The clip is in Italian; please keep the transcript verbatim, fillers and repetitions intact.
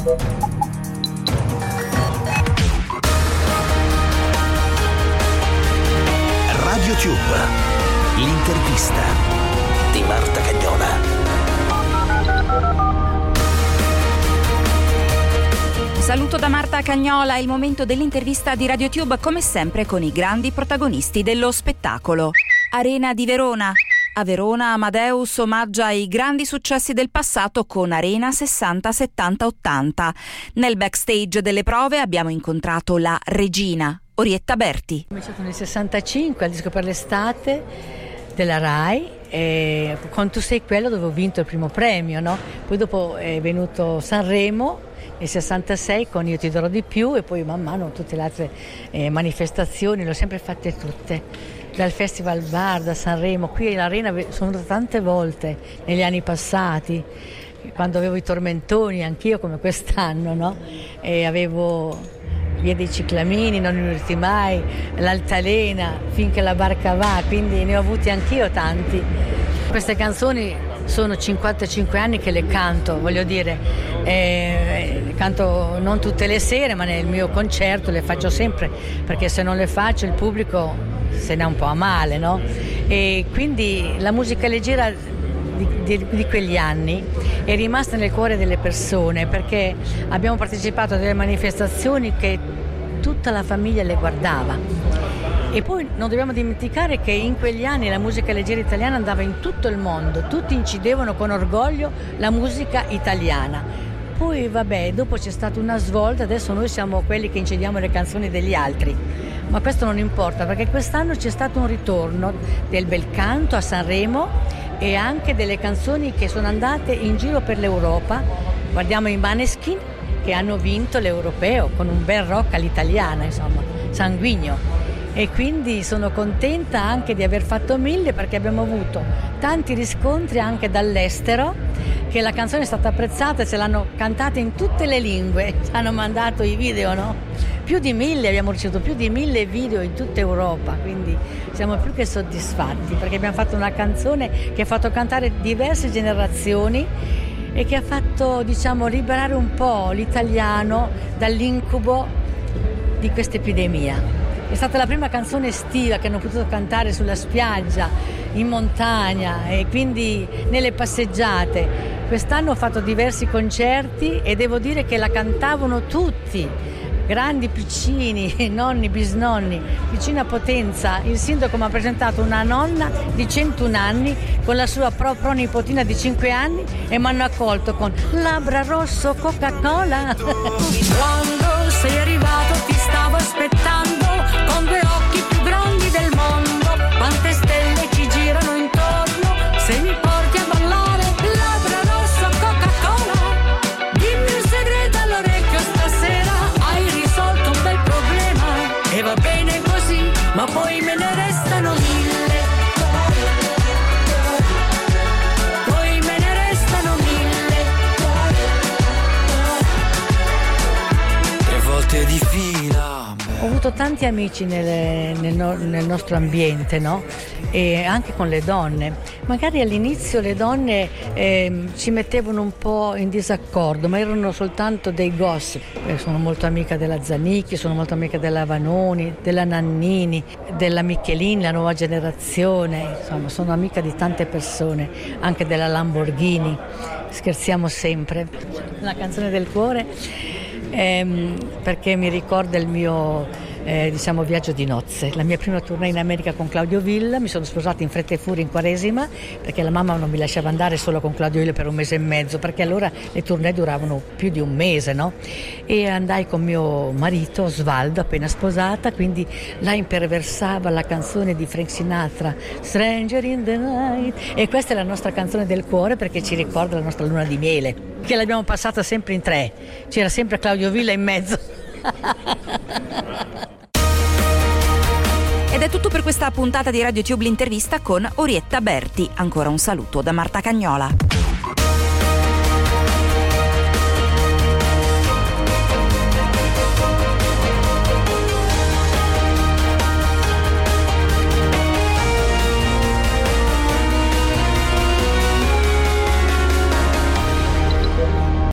Radio Tube, l'intervista di Marta Cagnola. Saluto da Marta Cagnola, è il momento dell'intervista di Radio Tube, come sempre con i grandi protagonisti dello spettacolo. Arena di Verona. A Verona Amadeus omaggia i grandi successi del passato con Arena sessanta settanta ottanta. Nel backstage delle prove abbiamo incontrato la regina, Orietta Berti. Ho cominciato nel sessantacinque al disco per l'estate della Rai, e con Tu sei quello dove ho vinto il primo premio, no? Poi dopo è venuto Sanremo nel sessantasei con Io ti darò di più, e poi man mano tutte le altre eh, manifestazioni le ho sempre fatte tutte, dal Festival Bar, da Sanremo. Qui all'Arena sono andata tante volte negli anni passati, quando avevo i tormentoni, anch'io come quest'anno, no? E avevo Via dei Ciclamini, Non inurti mai, L'Altalena, Finché la barca va, quindi ne ho avuti anch'io tanti. Queste canzoni sono cinquantacinque anni che le canto, voglio dire, eh, le canto non tutte le sere, ma nel mio concerto le faccio sempre, perché se non le faccio il pubblico se ne ha un po' a male, no? E quindi la musica leggera di, di, di quegli anni è rimasta nel cuore delle persone, perché abbiamo partecipato a delle manifestazioni che tutta la famiglia le guardava. E poi non dobbiamo dimenticare che in quegli anni la musica leggera italiana andava in tutto il mondo, tutti incidevano con orgoglio la musica italiana. Poi vabbè, dopo c'è stata una svolta, adesso noi siamo quelli che incidiamo le canzoni degli altri, ma questo non importa, perché quest'anno c'è stato un ritorno del bel canto a Sanremo e anche delle canzoni che sono andate in giro per l'Europa. Guardiamo i Maneskin che hanno vinto l'Europeo con un bel rock all'italiana, insomma, sanguigno. E quindi sono contenta anche di aver fatto mille, perché abbiamo avuto tanti riscontri anche dall'estero, che la canzone è stata apprezzata e ce l'hanno cantata in tutte le lingue, ci hanno mandato i video, no? Più di mille, abbiamo ricevuto più di mille video in tutta Europa, quindi siamo più che soddisfatti, perché abbiamo fatto una canzone che ha fatto cantare diverse generazioni e che ha fatto, diciamo, liberare un po' l'italiano dall'incubo di questa epidemia. È stata la prima canzone estiva che hanno potuto cantare sulla spiaggia, in montagna e quindi nelle passeggiate. Quest'anno ho fatto diversi concerti e devo dire che la cantavano tutti, grandi, piccini, nonni, bisnonni, vicina Potenza. Il sindaco mi ha presentato una nonna di centuno anni con la sua pronipotina di cinque anni e mi hanno accolto con Labbra rosso, Coca-Cola. Quando sei arrivato ti stavo aspettando con due occhi più grandi del mondo, quante stelle ci girano intorno, se mi porti a ballare, Labbra rosso, Coca-Cola, dimmi un segreto all'orecchio stasera, hai risolto un bel problema, e va bene così, ma poi me ne restano mille, poi me ne restano mille, tre volte di fila. Ho avuto tanti amici nel, nel, no, nel nostro ambiente, no? E anche con le donne. Magari all'inizio le donne eh, ci mettevano un po' in disaccordo, ma erano soltanto dei gossip. Eh, sono molto amica della Zanicchi, sono molto amica della Vanoni, della Nannini, della Michelin, la nuova generazione. Insomma, sono amica di tante persone, anche della Lamborghini. Scherziamo sempre. La canzone del cuore. Ehm, perché mi ricorda il mio eh, diciamo viaggio di nozze, la mia prima tournée in America con Claudio Villa. Mi sono sposata in fretta e furia in Quaresima, perché la mamma non mi lasciava andare solo con Claudio Villa per un mese e mezzo, perché allora le tournée duravano più di un mese, no? E andai con mio marito Osvaldo, appena sposata, quindi là imperversava la canzone di Frank Sinatra, Stranger in the Night, e questa è la nostra canzone del cuore, perché ci ricorda la nostra luna di miele, che l'abbiamo passata sempre in tre, c'era sempre Claudio Villa in mezzo. Ed è tutto per questa puntata di Radio Tube l'intervista con Orietta Berti. Ancora un saluto da Marta Cagnola.